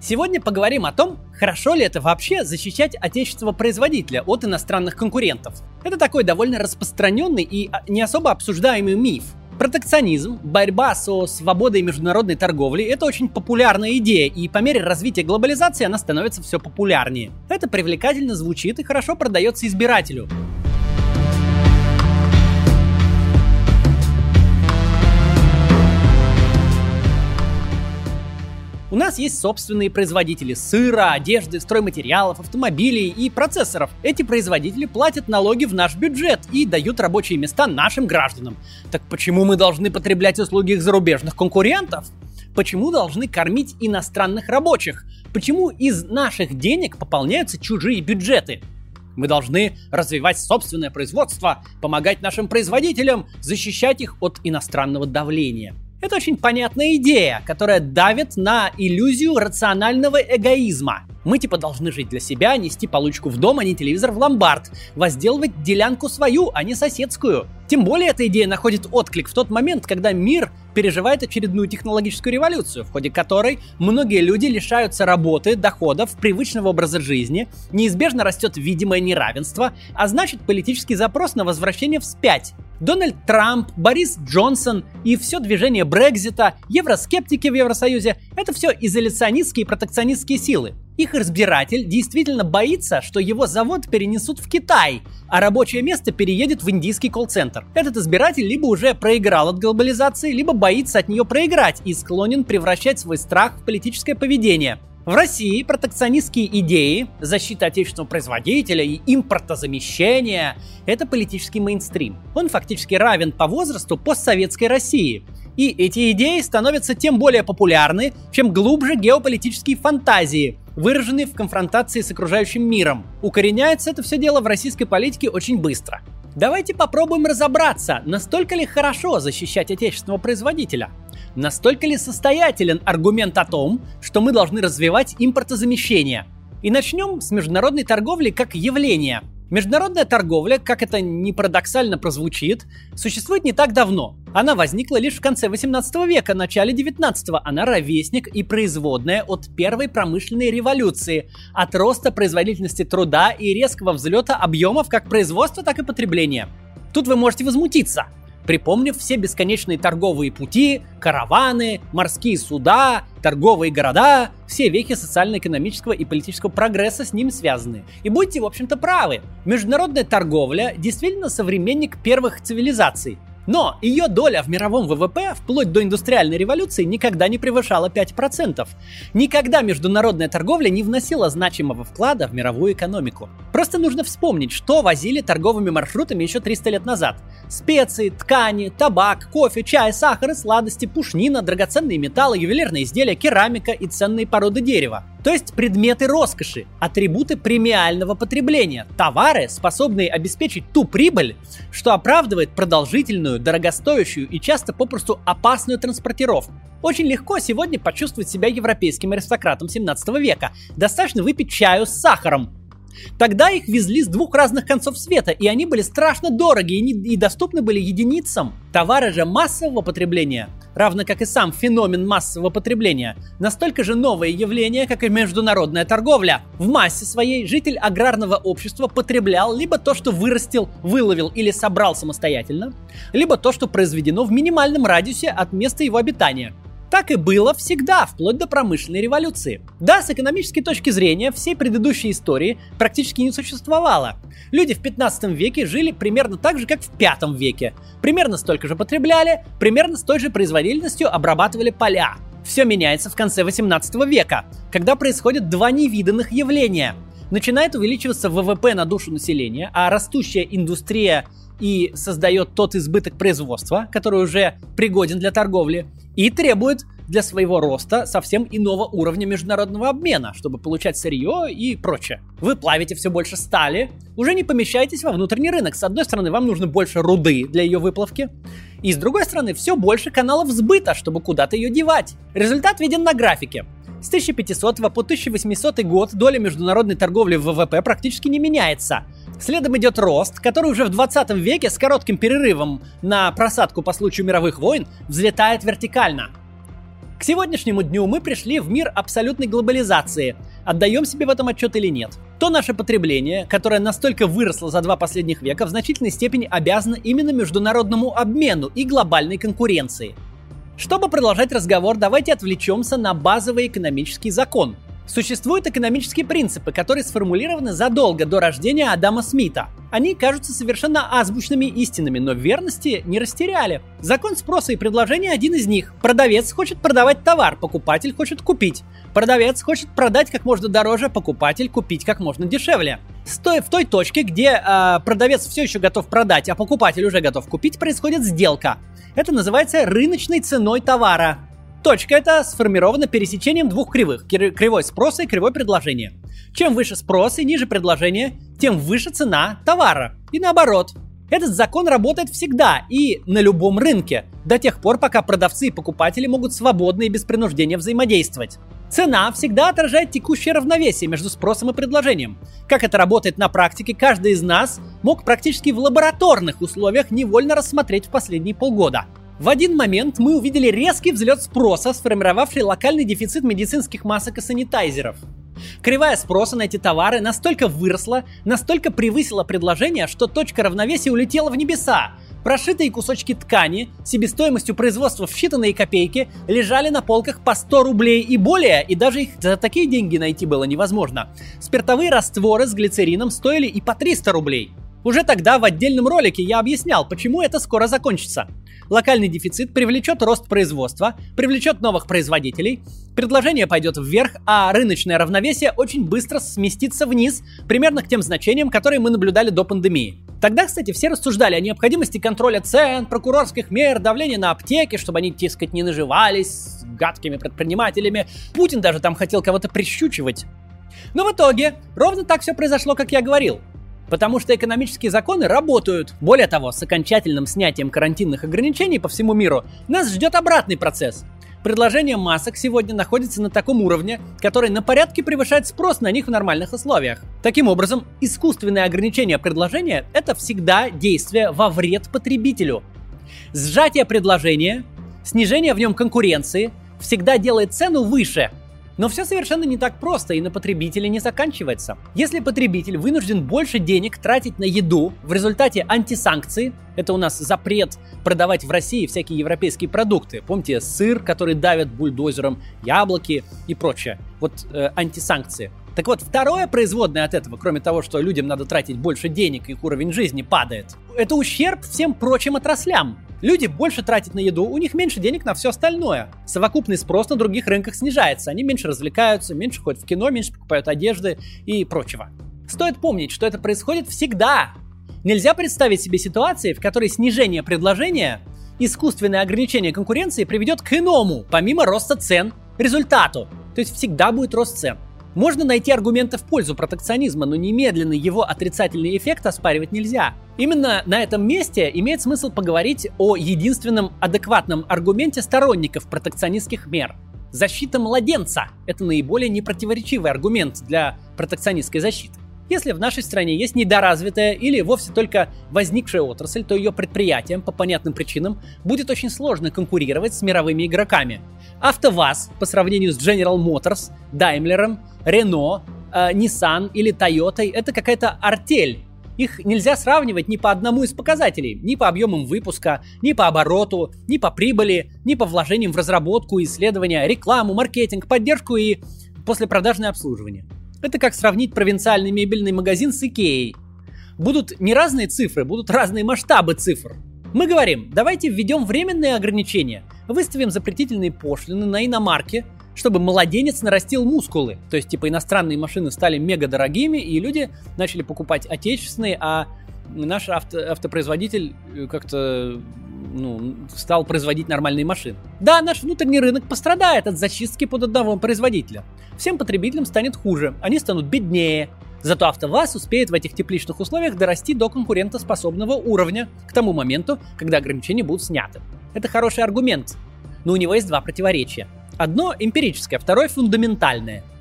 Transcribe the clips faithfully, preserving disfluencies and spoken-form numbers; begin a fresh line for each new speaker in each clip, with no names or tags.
Сегодня поговорим о том, хорошо ли это вообще защищать отечественного производителя от иностранных конкурентов. Это такой довольно распространенный и не особо обсуждаемый миф. Протекционизм, борьба со свободой международной торговли – это очень популярная идея, и по мере развития глобализации она становится все популярнее. Это привлекательно звучит и хорошо продается избирателю. У нас есть собственные производители сыра, одежды, стройматериалов, автомобилей и процессоров. Эти производители платят налоги в наш бюджет и дают рабочие места нашим гражданам. Так почему мы должны потреблять услуги их зарубежных конкурентов? Почему должны кормить иностранных рабочих? Почему из наших денег пополняются чужие бюджеты? Мы должны развивать собственное производство, помогать нашим производителям, защищать их от иностранного давления. Это очень понятная идея, которая давит на иллюзию рационального эгоизма. Мы типа должны жить для себя, нести получку в дом, а не телевизор в ломбард, возделывать делянку свою, а не соседскую. Тем более эта идея находит отклик в тот момент, когда мир переживает очередную технологическую революцию, в ходе которой многие люди лишаются работы, доходов, привычного образа жизни, неизбежно растет видимое неравенство, а значит политический запрос на возвращение вспять. Дональд Трамп, Борис Джонсон и все движение Брексита, евроскептики в Евросоюзе – это все изоляционистские и протекционистские силы. Их избиратель действительно боится, что его завод перенесут в Китай, а рабочее место переедет в индийский колл-центр. Этот избиратель либо уже проиграл от глобализации, либо боится от нее проиграть и склонен превращать свой страх в политическое поведение. В России протекционистские идеи, защита отечественного производителя и импортозамещение – это политический мейнстрим. Он фактически равен по возрасту постсоветской России. И эти идеи становятся тем более популярны, чем глубже геополитические фантазии, выраженные в конфронтации с окружающим миром. Укореняется это все дело в российской политике очень быстро. Давайте попробуем разобраться, настолько ли хорошо защищать отечественного производителя. Настолько ли состоятелен аргумент о том, что мы должны развивать импортозамещение? И начнем с международной торговли как явления. Международная торговля, как это ни парадоксально прозвучит, существует не так давно. Она возникла лишь в конце восемнадцатого века, начале девятнадцатого. Она ровесник и производная от первой промышленной революции, от роста производительности труда и резкого взлета объемов как производства, так и потребления. Тут вы можете возмутиться, припомнив все бесконечные торговые пути, караваны, морские суда, торговые города, все вехи социально-экономического и политического прогресса с ним связаны. И будьте, в общем-то, правы. Международная торговля действительно современник первых цивилизаций. Но ее доля в мировом ВВП вплоть до индустриальной революции никогда не превышала пять процентов. Никогда международная торговля не вносила значимого вклада в мировую экономику. Просто нужно вспомнить, что возили торговыми маршрутами еще триста лет назад. Специи, ткани, табак, кофе, чай, сахар и сладости, пушнина, драгоценные металлы, ювелирные изделия, керамика и ценные породы дерева. То есть предметы роскоши, атрибуты премиального потребления, товары, способные обеспечить ту прибыль, что оправдывает продолжительную, дорогостоящую и часто попросту опасную транспортировку. Очень легко сегодня почувствовать себя европейским аристократом семнадцатого века. Достаточно выпить чаю с сахаром. Тогда их везли с двух разных концов света, и они были страшно дороги и, не, и доступны были единицам. Товары же массового потребления, равно как и сам феномен массового потребления, настолько же новое явление, как и международная торговля. В массе своей житель аграрного общества потреблял либо то, что вырастил, выловил или собрал самостоятельно, либо то, что произведено в минимальном радиусе от места его обитания. Так и было всегда, вплоть до промышленной революции. Да, с экономической точки зрения, всей предыдущей истории практически не существовало. Люди в пятнадцатом веке жили примерно так же, как в пятом веке. Примерно столько же потребляли, примерно с той же производительностью обрабатывали поля. Все меняется в конце восемнадцатого века, когда происходят два невиданных явления. Начинает увеличиваться ВВП на душу населения, а растущая индустрия и создает тот избыток производства, который уже пригоден для торговли, и требует для своего роста совсем иного уровня международного обмена, чтобы получать сырье и прочее. Вы плавите все больше стали, уже не помещаетесь во внутренний рынок. С одной стороны, вам нужно больше руды для ее выплавки, и с другой стороны, все больше каналов сбыта, чтобы куда-то ее девать. Результат виден на графике. С тысяча пятисотого по тысяча восьмисотый год доля международной торговли в ВВП практически не меняется. Следом идет рост, который уже в двадцатом веке с коротким перерывом на просадку по случаю мировых войн взлетает вертикально. К сегодняшнему дню мы пришли в мир абсолютной глобализации. Отдаем себе в этом отчет или нет? То наше потребление, которое настолько выросло за два последних века, в значительной степени обязано именно международному обмену и глобальной конкуренции. Чтобы продолжать разговор, давайте отвлечемся на базовый экономический закон. Существуют экономические принципы, которые сформулированы задолго до рождения Адама Смита. Они кажутся совершенно азбучными истинами, но верности не растеряли. Закон спроса и предложения один из них. Продавец хочет продавать товар, покупатель хочет купить. Продавец хочет продать как можно дороже, покупатель купить как можно дешевле. Стоя в той точке, где э, продавец все еще готов продать, а покупатель уже готов купить, происходит сделка. Это называется рыночной ценой товара. Точка эта сформирована пересечением двух кривых, кривой спроса и кривой предложения. Чем выше спрос и ниже предложение, тем выше цена товара. И наоборот. Этот закон работает всегда и на любом рынке, до тех пор, пока продавцы и покупатели могут свободно и без принуждения взаимодействовать. Цена всегда отражает текущее равновесие между спросом и предложением. Как это работает на практике, каждый из нас мог практически в лабораторных условиях невольно рассмотреть в последние полгода. В один момент мы увидели резкий взлет спроса, сформировавший локальный дефицит медицинских масок и санитайзеров. Кривая спроса на эти товары настолько выросла, настолько превысила предложение, что точка равновесия улетела в небеса. Прошитые кусочки ткани себестоимостью производства в считанные копейки лежали на полках по сто рублей и более, и даже их за такие деньги найти было невозможно. Спиртовые растворы с глицерином стоили и по триста рублей. Уже тогда в отдельном ролике я объяснял, почему это скоро закончится. Локальный дефицит привлечет рост производства, привлечет новых производителей, предложение пойдет вверх, а рыночное равновесие очень быстро сместится вниз, примерно к тем значениям, которые мы наблюдали до пандемии. Тогда, кстати, все рассуждали о необходимости контроля цен, прокурорских мер, давления на аптеки, чтобы они, так сказать, не наживались с гадкими предпринимателями. Путин даже там хотел кого-то прищучивать. Но в итоге ровно так все произошло, как я говорил. Потому что экономические законы работают. Более того, с окончательным снятием карантинных ограничений по всему миру нас ждет обратный процесс. Предложение масок сегодня находится на таком уровне, который на порядке превышает спрос на них в нормальных условиях. Таким образом, искусственное ограничение предложения – это всегда действие во вред потребителю. Сжатие предложения, снижение в нем конкуренции всегда делает цену выше. Но все совершенно не так просто и на потребителе не заканчивается. Если потребитель вынужден больше денег тратить на еду в результате антисанкций, это у нас запрет продавать в России всякие европейские продукты. Помните, сыр, который давят бульдозером, яблоки и прочее. Вот э, антисанкции. Так вот, второе производное от этого, кроме того, что людям надо тратить больше денег и их уровень жизни падает, это ущерб всем прочим отраслям. Люди больше тратят на еду, у них меньше денег на все остальное. Совокупный спрос на других рынках снижается, они меньше развлекаются, меньше ходят в кино, меньше покупают одежды и прочего. Стоит помнить, что это происходит всегда. Нельзя представить себе ситуации, в которой снижение предложения, искусственное ограничение конкуренции приведет к иному, помимо роста цен, результату. То есть всегда будет рост цен. Можно найти аргументы в пользу протекционизма, но немедленно его отрицательный эффект оспаривать нельзя. Именно на этом месте имеет смысл поговорить о единственном адекватном аргументе сторонников протекционистских мер. Защита младенца – это наиболее непротиворечивый аргумент для протекционистской защиты. Если в нашей стране есть недоразвитая или вовсе только возникшая отрасль, то ее предприятиям по понятным причинам будет очень сложно конкурировать с мировыми игроками. АвтоВАЗ по сравнению с General Motors, Daimler, Renault, э, Nissan или Toyota – это какая-то артель. Их нельзя сравнивать ни по одному из показателей, ни по объемам выпуска, ни по обороту, ни по прибыли, ни по вложениям в разработку, исследования, рекламу, маркетинг, поддержку и послепродажное обслуживание. Это как сравнить провинциальный мебельный магазин с Икеей. Будут не разные цифры, будут разные масштабы цифр. Мы говорим, давайте введем временные ограничения, выставим запретительные пошлины на иномарки, чтобы младенец нарастил мускулы. То есть, типа, иностранные машины стали мега дорогими, и люди начали покупать отечественные, а наш авто, автопроизводитель как-то ну, стал производить нормальные машины. Да, наш внутренний рынок пострадает от зачистки под одного производителя. Всем потребителям станет хуже, они станут беднее. Зато АвтоВАЗ успеет в этих тепличных условиях дорасти до конкурентоспособного уровня к тому моменту, когда ограничения будут сняты. Это хороший аргумент, но у него есть два противоречия. Одно эмпирическое, второе фундаментальное.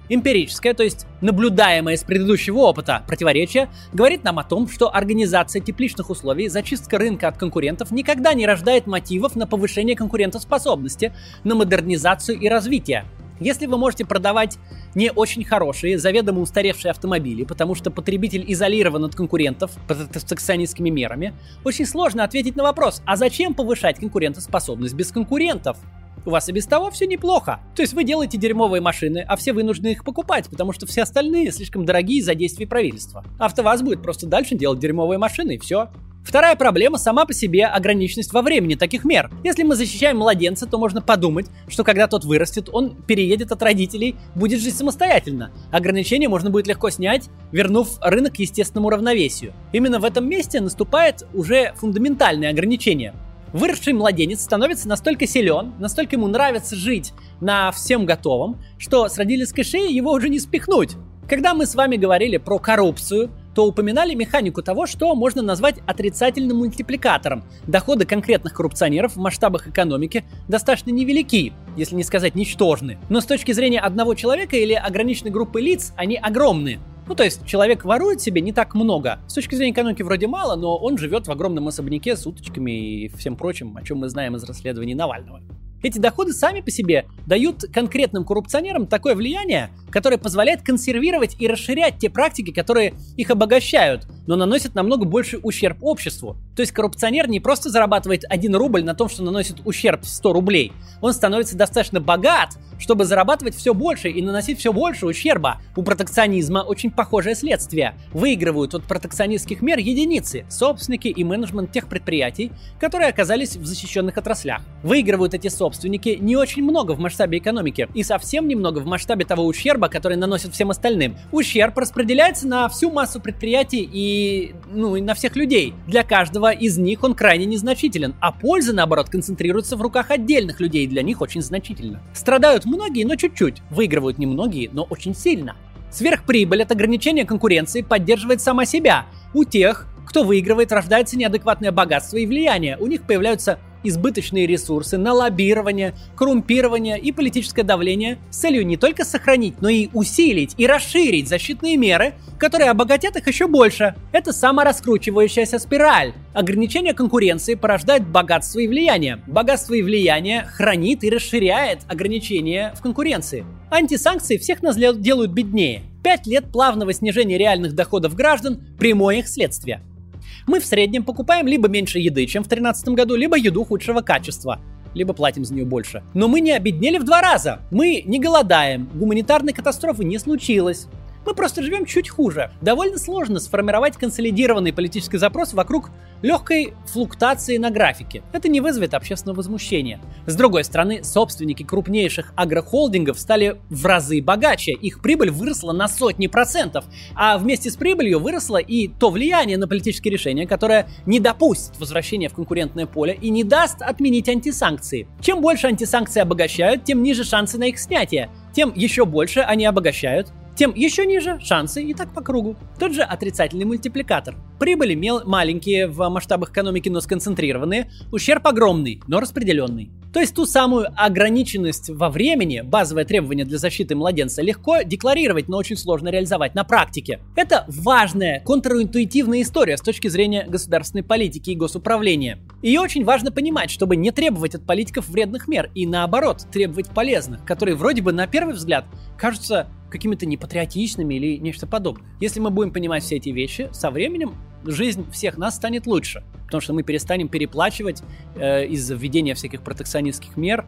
Эмпирическое, то есть наблюдаемое из предыдущего опыта противоречие, говорит нам о том, что организация тепличных условий, зачистка рынка от конкурентов никогда не рождает мотивов на повышение конкурентоспособности, на модернизацию и развитие. Если вы можете продавать не очень хорошие, заведомо устаревшие автомобили, потому что потребитель изолирован от конкурентов протекционистскими мерами, очень сложно ответить на вопрос, а зачем повышать конкурентоспособность без конкурентов? У вас и без того все неплохо. То есть вы делаете дерьмовые машины, а все вынуждены их покупать, потому что все остальные слишком дорогие из-за действий правительства. АвтоВАЗ будет просто дальше делать дерьмовые машины и все. Вторая проблема сама по себе ограниченность во времени таких мер. Если мы защищаем младенца, то можно подумать, что когда тот вырастет, он переедет от родителей, будет жить самостоятельно. Ограничения можно будет легко снять, вернув рынок к естественному равновесию. Именно в этом месте наступает уже фундаментальное ограничение. Выросший младенец становится настолько силен, настолько ему нравится жить на всем готовом, что с родительской шеи его уже не спихнуть. Когда мы с вами говорили про коррупцию, то упоминали механику того, что можно назвать отрицательным мультипликатором. Доходы конкретных коррупционеров в масштабах экономики достаточно невелики, если не сказать ничтожны. Но с точки зрения одного человека или ограниченной группы лиц, они огромные. Ну, то есть, человек ворует себе не так много. С точки зрения экономики вроде мало, но он живет в огромном особняке с уточками и всем прочим, о чем мы знаем из расследований Навального. Эти доходы сами по себе дают конкретным коррупционерам такое влияние, которое позволяет консервировать и расширять те практики, которые их обогащают, но наносят намного больше ущерб обществу. То есть коррупционер не просто зарабатывает один рубль на том, что наносит ущерб в сто рублей. Он становится достаточно богат, чтобы зарабатывать все больше и наносить все больше ущерба. У протекционизма очень похожее следствие. Выигрывают от протекционистских мер единицы, собственники и менеджмент тех предприятий, которые оказались в защищенных отраслях. Выигрывают эти собственники не очень много в масштабе экономики и совсем немного в масштабе того ущерба, который наносят всем остальным. Ущерб распределяется на всю массу предприятий и, ну, и на всех людей. Для каждого из них он крайне незначителен, а польза, наоборот, концентрируется в руках отдельных людей, для них очень значительно. Страдают многие, но чуть-чуть. Выигрывают немногие, но очень сильно. Сверхприбыль от ограничения конкуренции поддерживает сама себя. У тех, кто выигрывает, рождается неадекватное богатство и влияние. У них появляются избыточные ресурсы на лоббирование, коррумпирование и политическое давление с целью не только сохранить, но и усилить и расширить защитные меры, которые обогатят их еще больше. Это самораскручивающаяся спираль. Ограничение конкуренции порождает богатство и влияние. Богатство и влияние хранит и расширяет ограничения в конкуренции. Антисанкции всех нас делают беднее. Пять лет плавного снижения реальных доходов граждан – прямое их следствие. Мы в среднем покупаем либо меньше еды, чем в две тысячи тринадцатом году, либо еду худшего качества, либо платим за нее больше. Но мы не обеднели в два раза. Мы не голодаем, гуманитарной катастрофы не случилось. Мы просто живем чуть хуже. Довольно сложно сформировать консолидированный политический запрос вокруг легкой флуктуации на графике. Это не вызовет общественного возмущения. С другой стороны, собственники крупнейших агрохолдингов стали в разы богаче. Их прибыль выросла на сотни процентов. А вместе с прибылью выросло и то влияние на политические решения, которое не допустит возвращения в конкурентное поле и не даст отменить антисанкции. Чем больше антисанкции обогащают, тем ниже шансы на их снятие. Тем еще больше они обогащают, тем еще ниже шансы и так по кругу. Тот же отрицательный мультипликатор. Прибыли мел- маленькие в масштабах экономики, но сконцентрированные. Ущерб огромный, но распределенный. То есть ту самую ограниченность во времени, базовое требование для защиты младенца, легко декларировать, но очень сложно реализовать на практике. Это важная контринтуитивная история с точки зрения государственной политики и госуправления. Ее очень важно понимать, чтобы не требовать от политиков вредных мер и наоборот требовать полезных, которые вроде бы на первый взгляд кажутся какими-то непатриотичными или нечто подобное. Если мы будем понимать все эти вещи, со временем жизнь всех нас станет лучше, потому что мы перестанем переплачивать э, из-за введения всяких протекционистских мер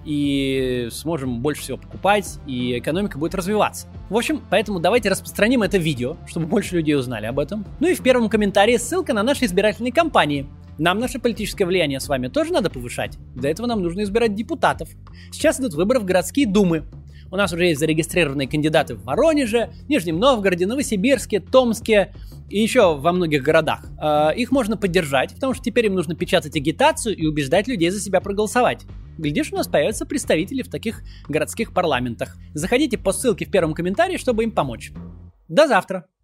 и сможем больше всего покупать, и экономика будет развиваться. В общем, поэтому давайте распространим это видео, чтобы больше людей узнали об этом. Ну и в первом комментарии ссылка на наши избирательные кампании. Нам наше политическое влияние с вами тоже надо повышать. Для этого нам нужно избирать депутатов. Сейчас идут выборы в городские думы. У нас уже есть зарегистрированные кандидаты в Воронеже, Нижнем Новгороде, Новосибирске, Томске и еще во многих городах. Их можно поддержать, потому что теперь им нужно печатать агитацию и убеждать людей за себя проголосовать. Глядишь, у нас появятся представители в таких городских парламентах. Заходите по ссылке в первом комментарии, чтобы им помочь. До завтра!